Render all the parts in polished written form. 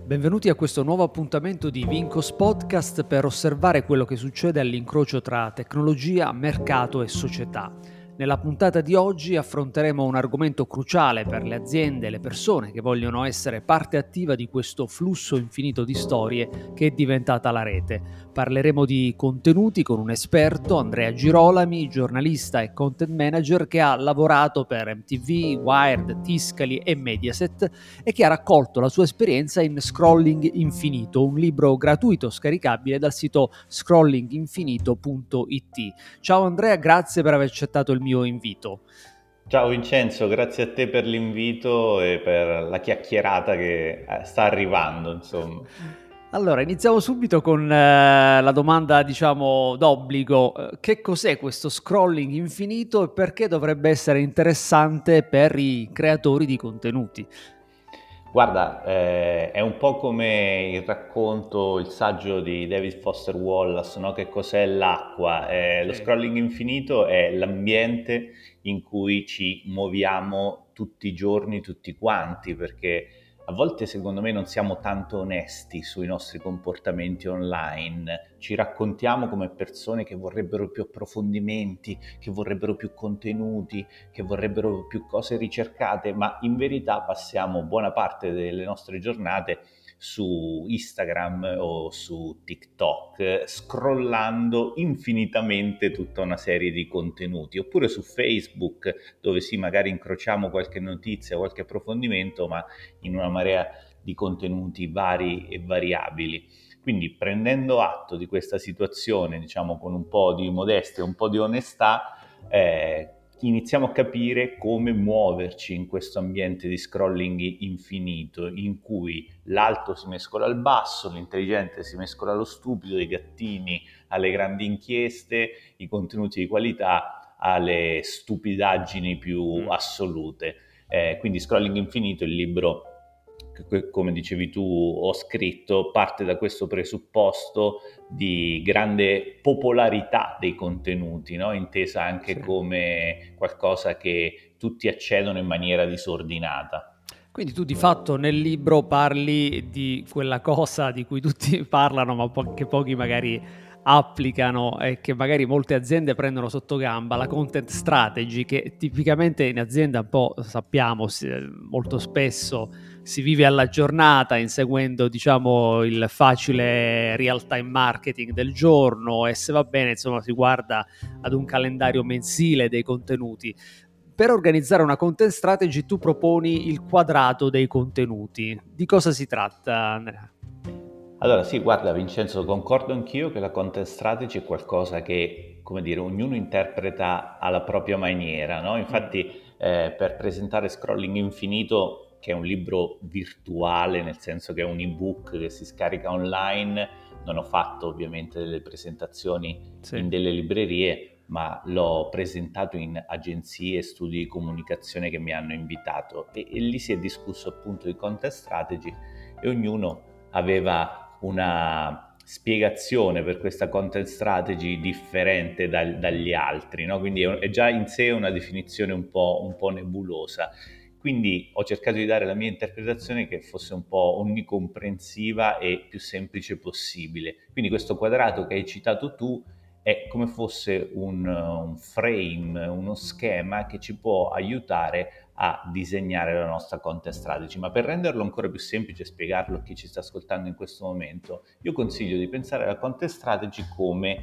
Benvenuti a questo nuovo appuntamento di Vincos Podcast per osservare quello che succede all'incrocio tra tecnologia, mercato e società. Nella puntata di oggi affronteremo un argomento cruciale per le aziende e le persone che vogliono essere parte attiva di questo flusso infinito di storie che è diventata la rete. Parleremo di contenuti con un esperto, Andrea Girolami, giornalista e content manager che ha lavorato per MTV, Wired, Tiscali e Mediaset e che ha raccolto la sua esperienza in Scrolling Infinito, un libro gratuito scaricabile dal sito scrollinginfinito.it. Ciao Andrea, grazie per aver accettato il mio invito. Ciao Vincenzo, grazie a te per l'invito e per la chiacchierata che sta arrivando, insomma. Allora, iniziamo subito con la domanda, diciamo, d'obbligo. Che cos'è questo scrolling infinito e perché dovrebbe essere interessante per i creatori di contenuti? Guarda, è un po' come il racconto, il saggio di David Foster Wallace, no? Che cos'è l'acqua? Lo Sì. scrolling infinito è l'ambiente in cui ci muoviamo tutti i giorni, tutti quanti, perché a volte secondo me non siamo tanto onesti sui nostri comportamenti online, ci raccontiamo come persone che vorrebbero più approfondimenti, che vorrebbero più contenuti, che vorrebbero più cose ricercate, ma in verità passiamo buona parte delle nostre giornate su Instagram o su TikTok, scrollando infinitamente tutta una serie di contenuti, oppure su Facebook, dove sì, magari incrociamo qualche notizia, qualche approfondimento, ma in una marea di contenuti vari e variabili. Quindi prendendo atto di questa situazione, diciamo con un po' di modestia e un po' di onestà, iniziamo a capire come muoverci in questo ambiente di scrolling infinito, in cui l'alto si mescola al basso, l'intelligente si mescola allo stupido, i gattini alle grandi inchieste, i contenuti di qualità alle stupidaggini più Mm. assolute. Quindi Scrolling Infinito, il libro che, come dicevi tu, ho scritto, parte da questo presupposto di grande popolarità dei contenuti, no? Intesa anche Sì. come qualcosa che tutti accedono in maniera disordinata. Quindi tu di fatto nel libro parli di quella cosa di cui tutti parlano, ma che pochi magari applicano e che magari molte aziende prendono sotto gamba, la content strategy, che tipicamente in azienda un po' sappiamo, molto spesso si vive alla giornata inseguendo, diciamo, il facile real time marketing del giorno e se va bene, insomma, si guarda ad un calendario mensile dei contenuti. Per organizzare una content strategy tu proponi il quadrato dei contenuti. Di cosa si tratta, Andrea? Allora sì, guarda Vincenzo, concordo anch'io che la content strategy è qualcosa che, come dire, ognuno interpreta alla propria maniera, no? Mm. Infatti per presentare Scrolling Infinito, che è un libro virtuale, nel senso che è un ebook che si scarica online, non ho fatto ovviamente delle presentazioni Sì. in delle librerie, ma l'ho presentato in agenzie e studi di comunicazione che mi hanno invitato e lì si è discusso appunto di content strategy e ognuno aveva una spiegazione per questa content strategy differente dagli altri, no? Quindi è già in sé una definizione un po' nebulosa. Quindi ho cercato di dare la mia interpretazione che fosse un po' onnicomprensiva e più semplice possibile. Quindi questo quadrato che hai citato tu è come fosse un frame, uno schema che ci può aiutare a disegnare la nostra content strategy, ma per renderlo ancora più semplice e spiegarlo a chi ci sta ascoltando in questo momento, io consiglio di pensare alla content strategy come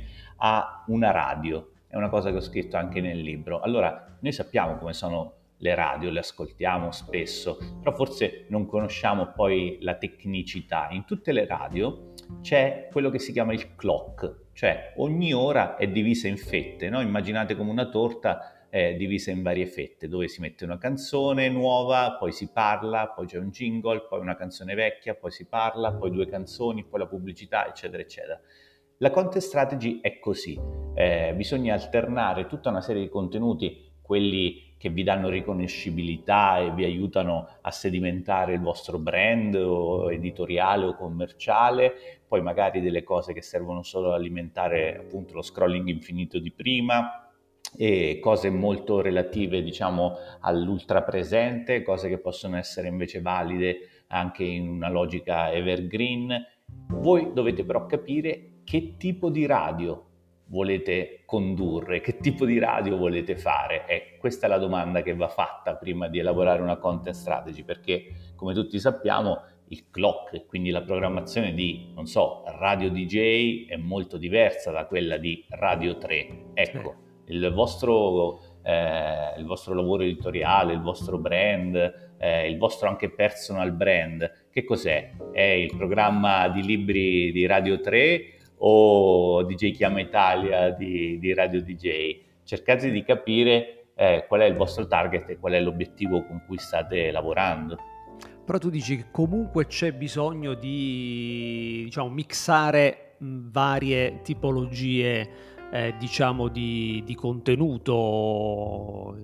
a una radio. È una cosa che ho scritto anche nel libro. Allora, noi sappiamo come sono le radio, le ascoltiamo spesso, però forse non conosciamo poi la tecnicità. In tutte le radio c'è quello che si chiama il clock, cioè ogni ora è divisa in fette, no? Immaginate come una torta divisa in varie fette, dove si mette una canzone nuova, poi si parla, poi c'è un jingle, poi una canzone vecchia, poi si parla, poi due canzoni, poi la pubblicità, eccetera, eccetera. La content strategy è così, bisogna alternare tutta una serie di contenuti, quelli che vi danno riconoscibilità e vi aiutano a sedimentare il vostro brand o editoriale o commerciale, poi magari delle cose che servono solo ad alimentare appunto lo scrolling infinito di prima, e cose molto relative, diciamo, all'ultrapresente, cose che possono essere invece valide anche in una logica evergreen. Voi dovete però capire che tipo di radio volete condurre, che tipo di radio volete fare. E questa è la domanda che va fatta prima di elaborare una content strategy, perché come tutti sappiamo il clock, quindi la programmazione di, non so, radio DJ è molto diversa da quella di Radio 3. Sì. Ecco, il vostro lavoro editoriale, il vostro brand, il vostro anche personal brand, che cos'è? È il programma di libri di Radio 3 o DJ Chiama Italia di Radio DJ? Cercate di capire qual è il vostro target e qual è l'obiettivo con cui state lavorando. Però tu dici che comunque c'è bisogno di, diciamo, mixare varie tipologie, diciamo, di contenuto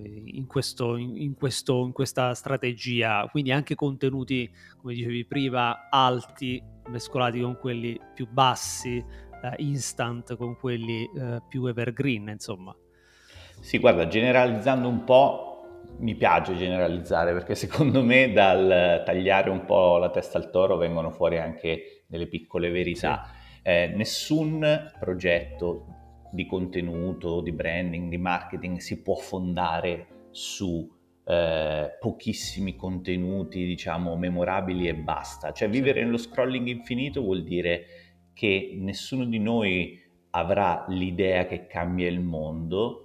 in questa strategia, quindi anche contenuti, come dicevi prima, alti mescolati con quelli più bassi, instant con quelli più evergreen, insomma. Sì, guarda, generalizzando un po', mi piace generalizzare perché secondo me dal tagliare un po' la testa al toro vengono fuori anche delle piccole Sì, verità. Nessun progetto di contenuto, di branding, di marketing si può fondare su pochissimi contenuti, diciamo, memorabili e basta. Cioè, sì, vivere nello scrolling infinito vuol dire che nessuno di noi avrà l'idea che cambia il mondo,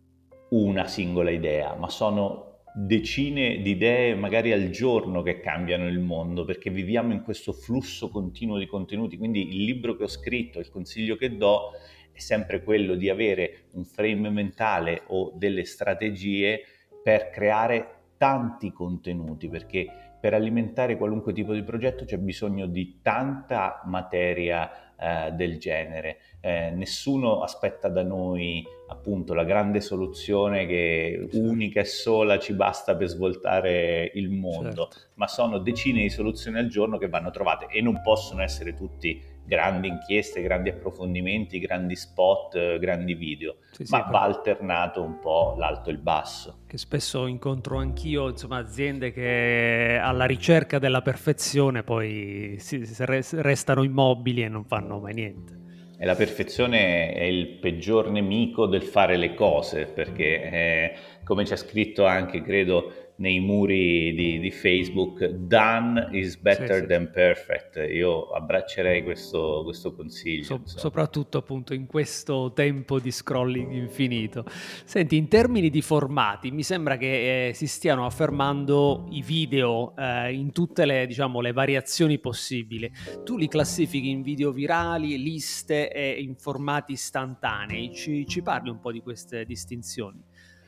una singola idea, ma sono decine di idee magari al giorno che cambiano il mondo, perché viviamo in questo flusso continuo di contenuti. Quindi il libro che ho scritto, il consiglio che do è sempre quello di avere un frame mentale o delle strategie per creare tanti contenuti, perché per alimentare qualunque tipo di progetto c'è bisogno di tanta materia del genere. Nessuno aspetta da noi appunto la grande soluzione che certo, unica e sola ci basta per svoltare il mondo, certo. ma sono decine di soluzioni al giorno che vanno trovate e non possono essere tutti grandi inchieste, grandi approfondimenti, grandi spot, grandi video, Sì, sì, ma va alternato un po' l'alto e il basso. che spesso incontro anch'io, insomma, aziende che alla ricerca della perfezione poi restano immobili e non fanno mai niente. E la perfezione è il peggior nemico del fare le cose, perché come c'è scritto anche, credo, nei muri di Facebook, done is Sì, better sì, sì. than perfect. Io abbraccerei questo consiglio, insomma. Soprattutto appunto in questo tempo di scrolling infinito. Senti, in termini di formati, mi sembra che si stiano affermando i video in tutte le, diciamo, le variazioni possibili. Tu li classifichi in video virali, liste e in formati istantanei. Ci parli un po' di queste distinzioni?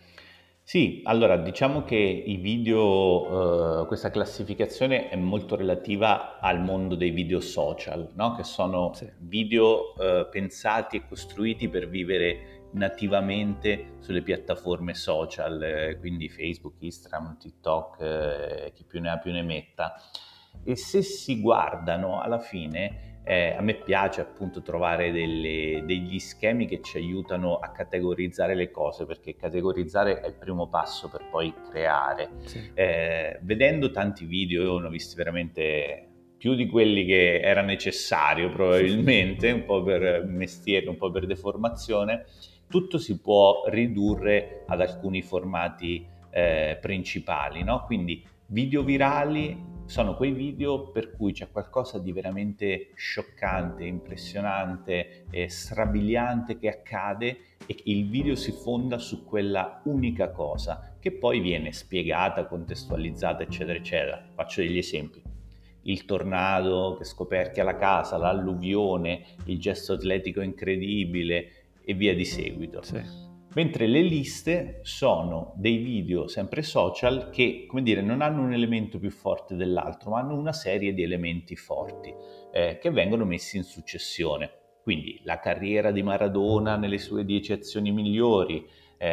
Sì, allora diciamo che i video, questa classificazione è molto relativa al mondo dei video social, no? Che sono Sì, video pensati e costruiti per vivere nativamente sulle piattaforme social, quindi Facebook, Instagram, TikTok, chi più ne ha più ne metta. E se si guardano alla fine a me piace appunto trovare degli schemi che ci aiutano a categorizzare le cose, perché categorizzare è il primo passo per poi creare. sì, Vedendo tanti video, io ne ho visti veramente più di quelli che era necessario probabilmente, un po' per mestiere, un po' per deformazione, tutto si può ridurre ad alcuni formati principali, no? Quindi video virali sono quei video per cui c'è qualcosa di veramente scioccante, impressionante, strabiliante che accade e il video si fonda su quella unica cosa che poi viene spiegata, contestualizzata, eccetera, eccetera. Faccio degli esempi. Il tornado che scoperchia la casa, l'alluvione, il gesto atletico incredibile e via di seguito. sì. Mentre le liste sono dei video sempre social che, come dire, non hanno un elemento più forte dell'altro, ma hanno una serie di elementi forti che vengono messi in successione. Quindi la carriera di Maradona nelle sue 10 azioni migliori,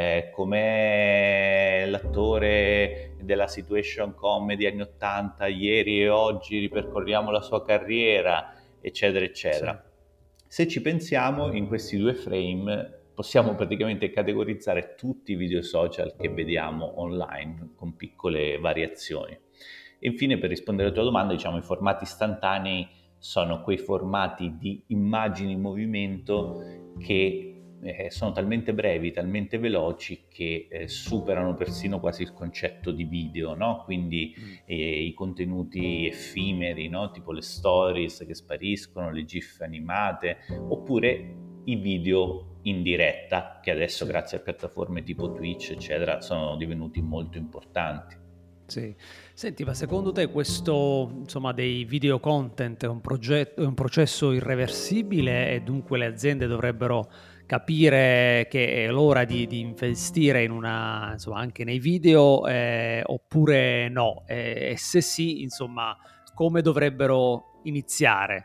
com'è l'attore della situation comedy anni 80, ieri e oggi ripercorriamo la sua carriera, eccetera, Sì, eccetera. Se ci pensiamo, in questi due frame possiamo praticamente categorizzare tutti i video social che vediamo online con piccole variazioni. E infine, per rispondere alla tua domanda, diciamo i formati istantanei sono quei formati di immagini in movimento che sono talmente brevi, talmente veloci che superano persino quasi il concetto di video, no? Quindi i contenuti effimeri, no? Tipo le stories che spariscono, le GIF animate, oppure i video in diretta, che adesso Sì. grazie a piattaforme tipo Twitch, eccetera, sono divenuti molto importanti. Sì. Senti, ma secondo te questo, insomma, dei video content è un processo irreversibile e dunque le aziende dovrebbero capire che è l'ora di investire in una, insomma, anche nei video, oppure no? E se sì, insomma, come dovrebbero iniziare?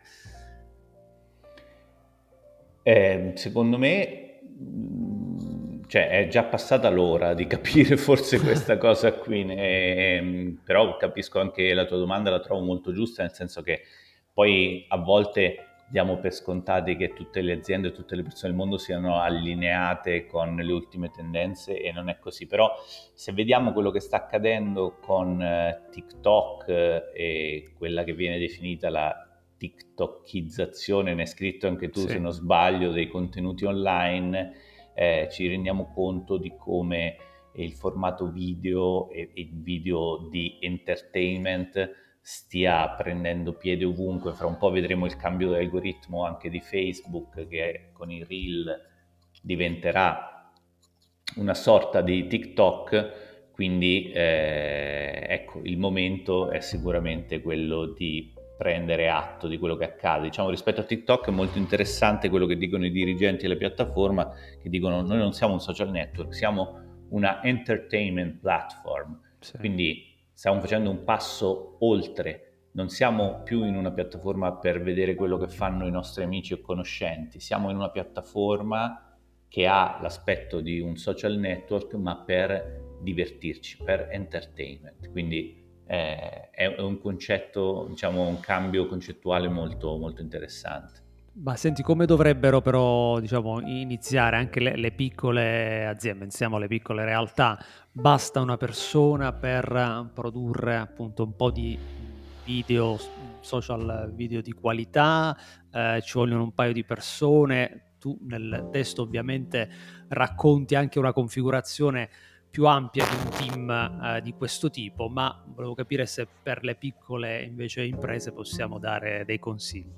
Secondo me, cioè, è già passata l'ora di capire forse questa cosa qui, però capisco anche la tua domanda, la trovo molto giusta, nel senso che poi a volte diamo per scontati che tutte le aziende, tutte le persone del mondo siano allineate con le ultime tendenze e non è così. Però se vediamo quello che sta accadendo con TikTok e quella che viene definita la TikTokizzazione, ne hai scritto anche tu se Sì. non sbaglio, dei contenuti online, ci rendiamo conto di come il formato video e il video di entertainment stia prendendo piede ovunque. Fra un po' vedremo il cambio dell'algoritmo anche di Facebook, che con i reel diventerà una sorta di TikTok, quindi ecco, il momento è sicuramente quello di prendere atto di quello che accade. Diciamo, rispetto a TikTok è molto interessante quello che dicono i dirigenti della piattaforma, che dicono noi non siamo un social network, siamo una entertainment platform, Sì. quindi stiamo facendo un passo oltre, non siamo più in una piattaforma per vedere quello che fanno i nostri amici o conoscenti, siamo in una piattaforma che ha l'aspetto di un social network ma per divertirci, per entertainment, quindi è un concetto, diciamo un cambio concettuale molto, molto interessante. Ma senti, come dovrebbero però, diciamo, iniziare anche le piccole aziende, pensiamo alle piccole realtà? Basta una persona per produrre appunto un po' di video, social video di qualità, ci vogliono un paio di persone. Tu nel testo ovviamente racconti anche una configurazione più ampia di un team di questo tipo, ma volevo capire se per le piccole invece imprese possiamo dare dei consigli.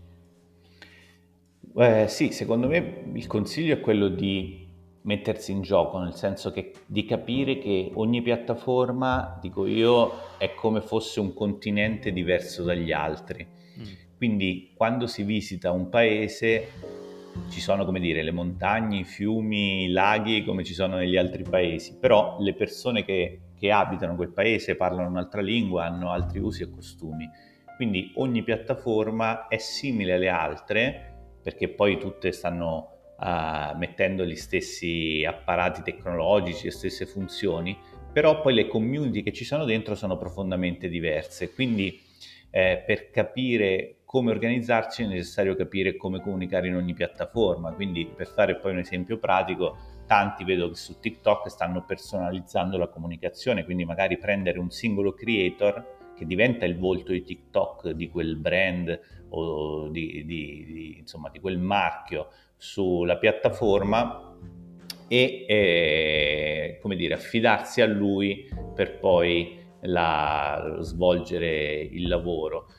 Sì, secondo me il consiglio è quello di mettersi in gioco, nel senso che di capire che ogni piattaforma, dico io, è come fosse un continente diverso dagli altri. Mm. Quindi quando si visita un paese ci sono, come dire, le montagne, i fiumi, i laghi come ci sono negli altri paesi, però le persone che abitano quel paese parlano un'altra lingua, hanno altri usi e costumi. Quindi ogni piattaforma è simile alle altre perché poi tutte stanno mettendo gli stessi apparati tecnologici, le stesse funzioni, però poi le community che ci sono dentro sono profondamente diverse. Quindi per capire come organizzarci è necessario capire come comunicare in ogni piattaforma. Quindi per fare poi un esempio pratico, tanti vedo che su TikTok stanno personalizzando la comunicazione, quindi magari prendere un singolo creator che diventa il volto di TikTok, di quel brand o insomma, di quel marchio sulla piattaforma e come dire, affidarsi a lui per poi svolgere il lavoro.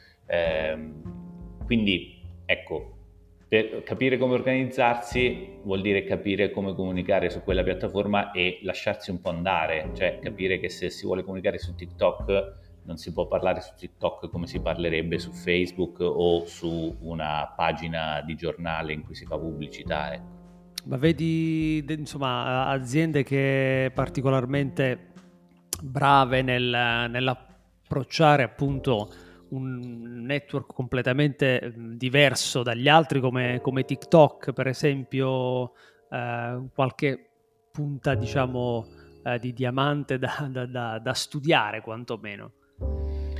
Quindi ecco, per capire come organizzarsi vuol dire capire come comunicare su quella piattaforma e lasciarsi un po' andare, cioè capire che se si vuole comunicare su TikTok non si può parlare su TikTok come si parlerebbe su Facebook o su una pagina di giornale in cui si fa pubblicità. Ecco. Ma vedi, insomma, aziende che particolarmente brave nell'approcciare appunto un network completamente diverso dagli altri come TikTok, per esempio, qualche punta, diciamo, di diamante da studiare quantomeno.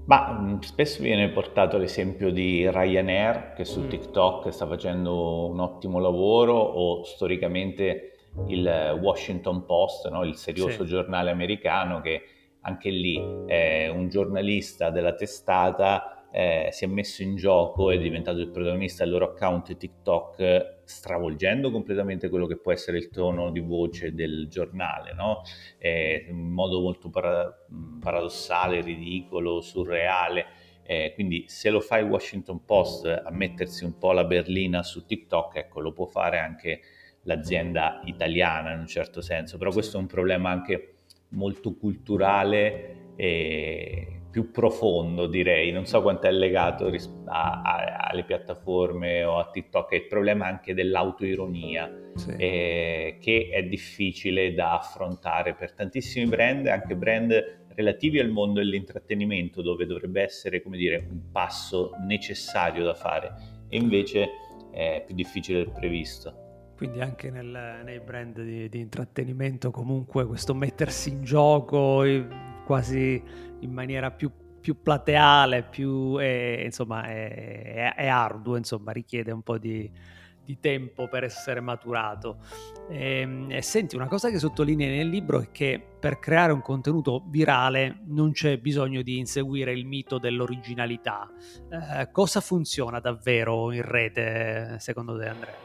Ma spesso viene portato l'esempio di Ryanair che su Mm, TikTok sta facendo un ottimo lavoro, o storicamente il Washington Post, no? Il sì, serioso giornale americano, che anche lì un giornalista della testata si è messo in gioco, è diventato il protagonista del loro account TikTok, stravolgendo completamente quello che può essere il tono di voce del giornale, no? In modo molto paradossale, ridicolo, surreale. Quindi se lo fa il Washington Post a mettersi un po' la berlina su TikTok, ecco, lo può fare anche l'azienda italiana in un certo senso, però sì. questo è un problema anche molto culturale e più profondo, direi. Non so quanto è legato alle piattaforme o a TikTok, è il problema anche dell'autoironia, Sì. che è difficile da affrontare per tantissimi brand, anche brand relativi al mondo dell'intrattenimento, dove dovrebbe essere, come dire, un passo necessario da fare, e invece è più difficile del previsto. Quindi anche nei brand di intrattenimento comunque questo mettersi in gioco quasi in maniera più plateale, insomma è arduo, insomma richiede un po' di tempo per essere maturato. E senti, una cosa che sottolinei nel libro è che per creare un contenuto virale non c'è bisogno di inseguire il mito dell'originalità. Cosa funziona davvero in rete secondo te, Andrea?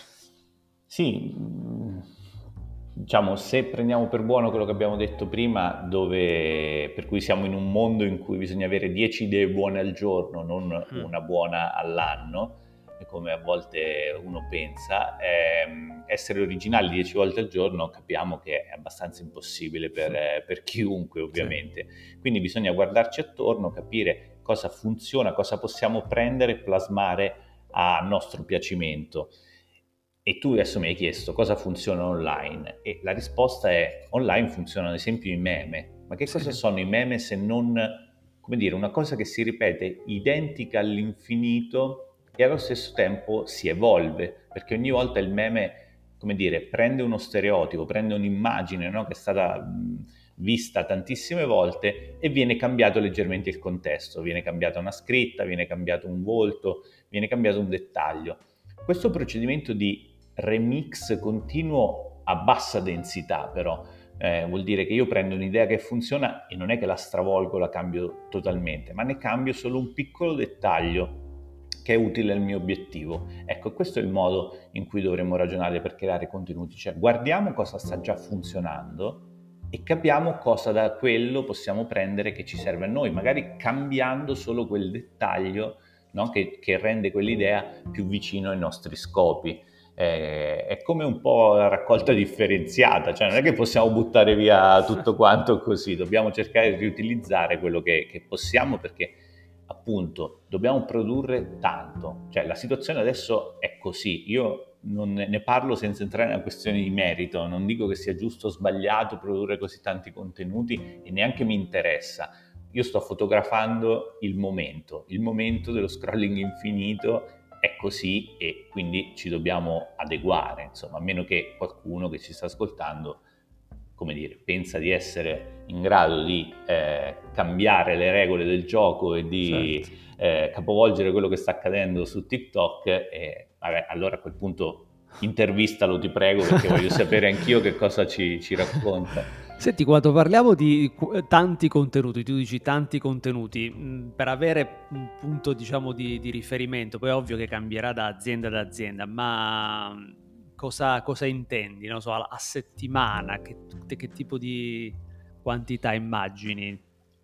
Sì, diciamo, se prendiamo per buono quello che abbiamo detto prima, per cui siamo in un mondo in cui bisogna avere 10 idee buone al giorno, non Mm. una buona all'anno, come a volte uno pensa, essere originali 10 volte al giorno capiamo che è abbastanza impossibile per chiunque, Sì. ovviamente. Quindi bisogna guardarci attorno, capire cosa funziona, cosa possiamo prendere e plasmare a nostro piacimento. E tu adesso mi hai chiesto cosa funziona online, e la risposta è: online funzionano ad esempio i meme. Ma che Sì, cosa sono i meme se non, come dire, una cosa che si ripete identica all'infinito e allo stesso tempo si evolve, perché ogni volta il meme, come dire, prende uno stereotipo, prende un'immagine, no, che è stata vista tantissime volte, e viene cambiato leggermente il contesto, viene cambiata una scritta, viene cambiato un volto, viene cambiato un dettaglio. Questo procedimento di remix continuo a bassa densità, però vuol dire che io prendo un'idea che funziona e non è che la stravolgo, la cambio totalmente, ma ne cambio solo un piccolo dettaglio che è utile al mio obiettivo. Ecco, questo è il modo in cui dovremmo ragionare per creare contenuti, cioè guardiamo cosa sta già funzionando e capiamo cosa da quello possiamo prendere che ci serve a noi, magari cambiando solo quel dettaglio, no? che rende quell'idea più vicino ai nostri scopi. È come un po' la raccolta differenziata, cioè non è che possiamo buttare via tutto quanto così, dobbiamo cercare di riutilizzare quello che possiamo, perché appunto dobbiamo produrre tanto, cioè la situazione adesso è così. Io non ne parlo senza entrare nella questione di merito, non dico che sia giusto o sbagliato produrre così tanti contenuti, e neanche mi interessa. Io sto fotografando il momento dello scrolling infinito è così, e quindi ci dobbiamo adeguare, insomma, a meno che qualcuno che ci sta ascoltando, come dire, pensa di essere in grado di cambiare le regole del gioco e di Certo. capovolgere quello che sta accadendo su TikTok, e vabbè, allora a quel punto intervistalo, ti prego, perché voglio sapere anch'io che cosa ci racconta. Senti, quando parliamo di tanti contenuti, tu dici tanti contenuti, per avere un punto, diciamo, di riferimento, poi è ovvio che cambierà da azienda ad azienda, ma cosa intendi? Non so, a settimana, che tipo di quantità immagini?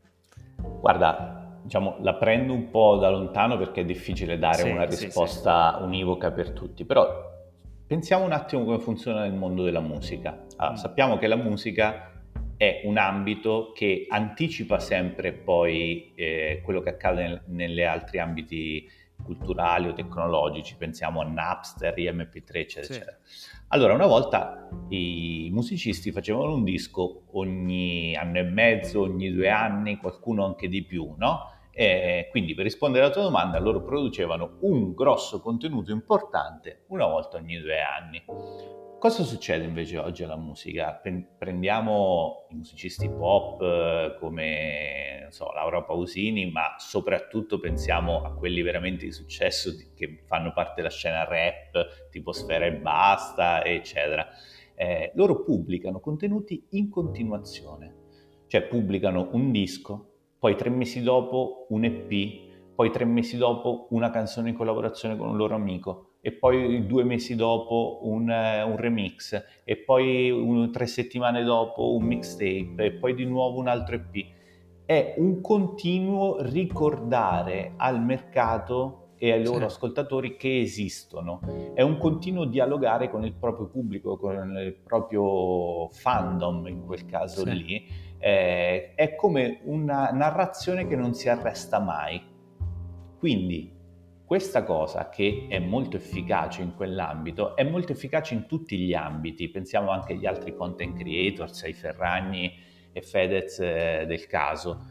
Guarda, diciamo, la prendo un po' da lontano perché è difficile dare una Sì, sì, sì. risposta univoca per tutti, però pensiamo un attimo come funziona nel mondo della musica. Allora, Mm, sappiamo che la musica è un ambito che anticipa sempre poi quello che accade negli altri ambiti culturali o tecnologici, pensiamo a Napster, MP3, eccetera, sì, eccetera. Allora, una volta i musicisti facevano un disco ogni anno e mezzo, ogni 2 anni, qualcuno anche di più, no? E quindi, per rispondere alla tua domanda, loro producevano un grosso contenuto importante una volta ogni 2 anni. Cosa succede invece oggi alla musica? Prendiamo i musicisti pop come, non so, Laura Pausini, ma soprattutto pensiamo a quelli veramente di successo che fanno parte della scena rap, tipo Sfera Ebbasta, eccetera. Loro pubblicano contenuti in continuazione, cioè pubblicano un disco, poi 3 mesi dopo un EP, poi 3 mesi dopo una canzone in collaborazione con un loro amico, e poi 2 mesi dopo un remix, e poi 3 settimane dopo un mixtape, e poi di nuovo un altro EP. È un continuo ricordare al mercato e ai Sì, loro ascoltatori che esistono. È un continuo dialogare con il proprio pubblico, con il proprio fandom in quel caso sì. lì. È come una narrazione che non si arresta mai. Quindi questa cosa, che è molto efficace in quell'ambito, è molto efficace in tutti gli ambiti. Pensiamo anche agli altri content creators, ai Ferragni e Fedez del caso.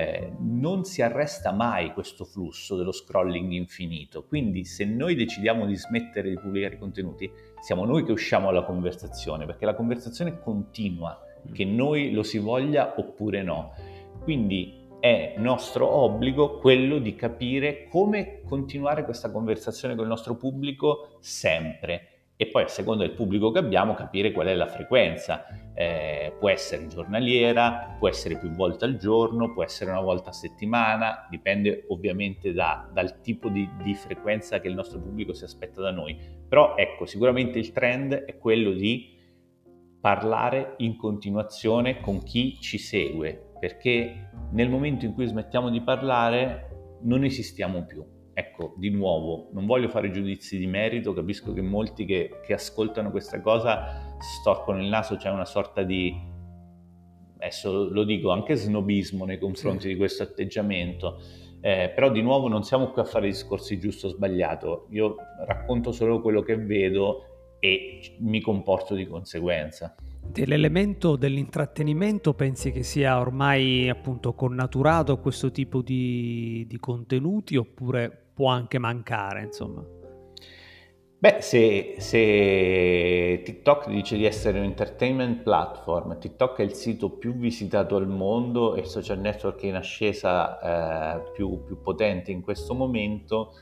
Non si arresta mai questo flusso dello scrolling infinito. Quindi se noi decidiamo di smettere di pubblicare i contenuti, siamo noi che usciamo dalla conversazione, perché la conversazione continua, che noi lo si voglia oppure no. Quindi è nostro obbligo quello di capire come continuare questa conversazione con il nostro pubblico sempre, e poi a seconda del pubblico che abbiamo capire qual è la frequenza. Può essere giornaliera, può essere più volte al giorno, può essere una volta a settimana, dipende ovviamente dal tipo di frequenza che il nostro pubblico si aspetta da noi. Però ecco, sicuramente il trend è quello di parlare in continuazione con chi ci segue, perché nel momento in cui smettiamo di parlare non esistiamo più. Ecco, di nuovo, non voglio fare giudizi di merito, capisco che molti che ascoltano questa cosa storcono il naso, c'è una sorta di, adesso lo dico, anche snobismo nei Sì. confronti di questo atteggiamento. Però di nuovo non siamo qui a fare discorsi giusto o sbagliato, io racconto solo quello che vedo e mi comporto di conseguenza. Dell'elemento dell'intrattenimento pensi che sia ormai appunto connaturato a questo tipo di contenuti oppure può anche mancare, insomma? Beh, se TikTok dice di essere un entertainment platform, TikTok è il sito più visitato al mondo e il social network in ascesa più potente in questo momento,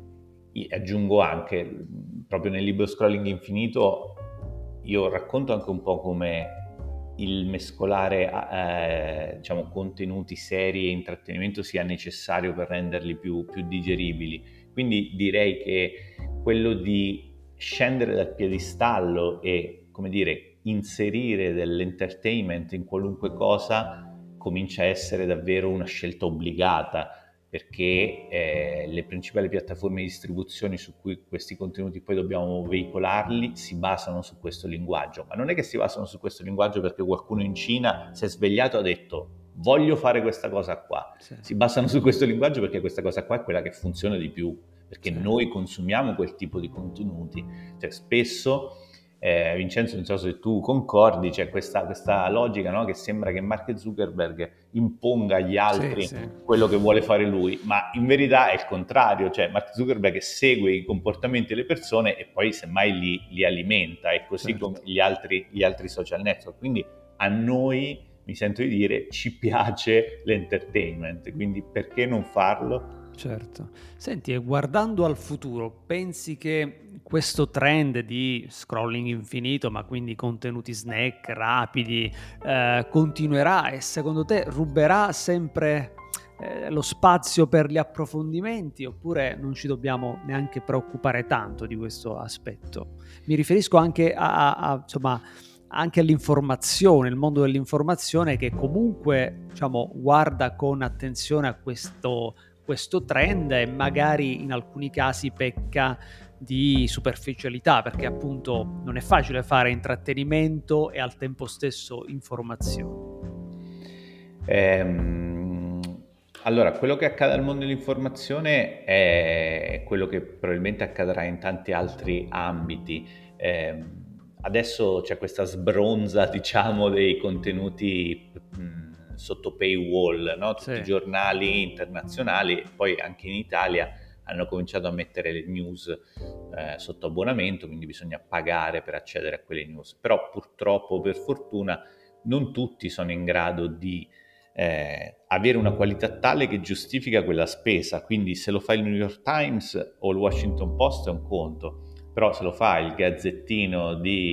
aggiungo anche, proprio nel libro Scrolling Infinito, io racconto anche un po' come il mescolare diciamo, contenuti seri e intrattenimento sia necessario per renderli più digeribili. Quindi direi che quello di scendere dal piedistallo e, come dire, inserire dell'entertainment in qualunque cosa comincia a essere davvero una scelta obbligata, perché le principali piattaforme di distribuzione su cui questi contenuti poi dobbiamo veicolarli si basano su questo linguaggio, ma non è che si basano su questo linguaggio perché qualcuno in Cina si è svegliato e ha detto voglio fare questa cosa qua. Sì, Si basano su questo linguaggio perché questa cosa qua è quella che funziona di più, perché sì. noi consumiamo quel tipo di contenuti. Cioè spesso, Vincenzo, non so se tu concordi, c'è questa logica, no? Che sembra che Mark Zuckerberg imponga agli Sì, altri sì. quello che vuole fare lui, ma in verità è il contrario, cioè Mark Zuckerberg segue i comportamenti delle persone e poi semmai li alimenta, e così come Certo. gli altri social network. Quindi a noi, mi sento di dire, ci piace l'entertainment, quindi perché non farlo? Certo. Senti, e guardando al futuro, pensi che questo trend di scrolling infinito, ma quindi contenuti snack rapidi, continuerà e secondo te ruberà sempre, lo spazio per gli approfondimenti, oppure non ci dobbiamo neanche preoccupare tanto di questo aspetto? Mi riferisco anche insomma, anche all'informazione, il mondo dell'informazione che comunque, diciamo, guarda con attenzione a questo trend e magari in alcuni casi pecca di superficialità, perché appunto non è facile fare intrattenimento e al tempo stesso informazione. Ehm, allora, quello che accade al mondo dell'informazione è quello che probabilmente accadrà in tanti altri ambiti. Adesso c'è questa sbronza, diciamo, dei contenuti sotto paywall, no? Tutti i Sì, giornali internazionali, poi anche in Italia hanno cominciato a mettere le news sotto abbonamento, quindi bisogna pagare per accedere a quelle news. Però purtroppo, per fortuna, non tutti sono in grado di avere una qualità tale che giustifica quella spesa. Quindi se lo fa il New York Times o il Washington Post è un conto, però se lo fa il Gazzettino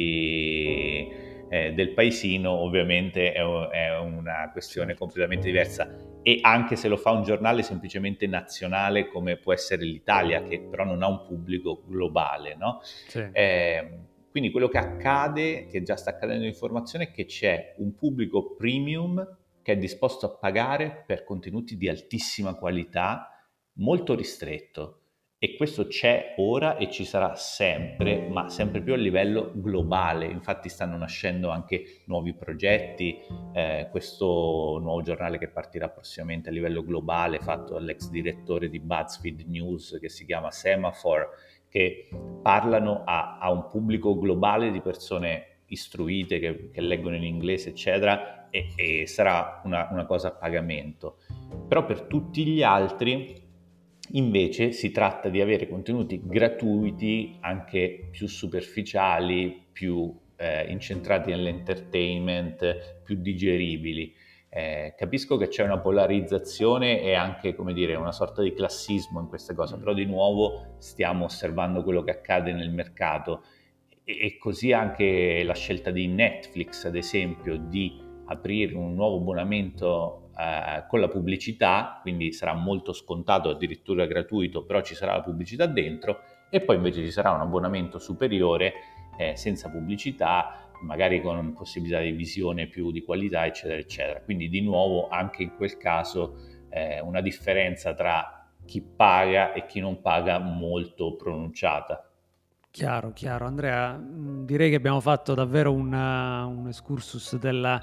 del paesino ovviamente è una questione completamente diversa. E anche se lo fa un giornale semplicemente nazionale come può essere l'Italia, che però non ha un pubblico globale, no? Sì. Quindi quello che accade, che già sta accadendo in informazione, è che c'è un pubblico premium che è disposto a pagare per contenuti di altissima qualità, molto ristretto. E questo c'è ora e ci sarà sempre, ma sempre più a livello globale. Infatti stanno nascendo anche nuovi progetti, questo nuovo giornale che partirà prossimamente a livello globale, fatto dall'ex direttore di BuzzFeed News, che si chiama Semaphore, che parlano a un pubblico globale di persone istruite che leggono in inglese, eccetera, e sarà una cosa a pagamento. Però per tutti gli altri invece si tratta di avere contenuti gratuiti, anche più superficiali, più incentrati nell'entertainment, più digeribili. Capisco che c'è una polarizzazione e anche, come dire, una sorta di classismo in queste cose, però di nuovo stiamo osservando quello che accade nel mercato e così anche la scelta di Netflix, ad esempio, di aprire un nuovo abbonamento con la pubblicità, quindi sarà molto scontato, addirittura gratuito, però ci sarà la pubblicità dentro, e poi invece ci sarà un abbonamento superiore senza pubblicità, magari con possibilità di visione più di qualità, eccetera, eccetera. Quindi di nuovo anche in quel caso una differenza tra chi paga e chi non paga molto pronunciata. Chiaro, chiaro. Andrea, direi che abbiamo fatto davvero un excursus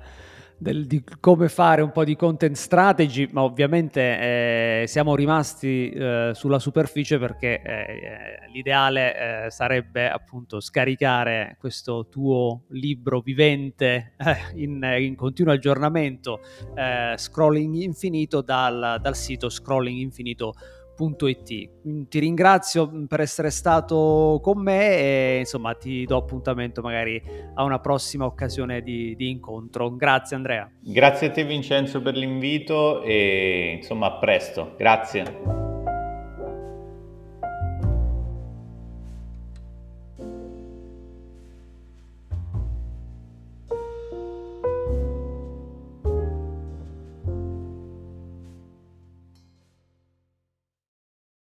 di come fare un po' di content strategy, ma ovviamente siamo rimasti sulla superficie perché l'ideale sarebbe appunto scaricare questo tuo libro vivente in continuo aggiornamento, scrolling infinito dal sito scrollinginfinito.it. Ti ringrazio per essere stato con me e insomma ti do appuntamento magari a una prossima occasione di incontro. Grazie Andrea. Grazie a te Vincenzo per l'invito e insomma a presto, grazie.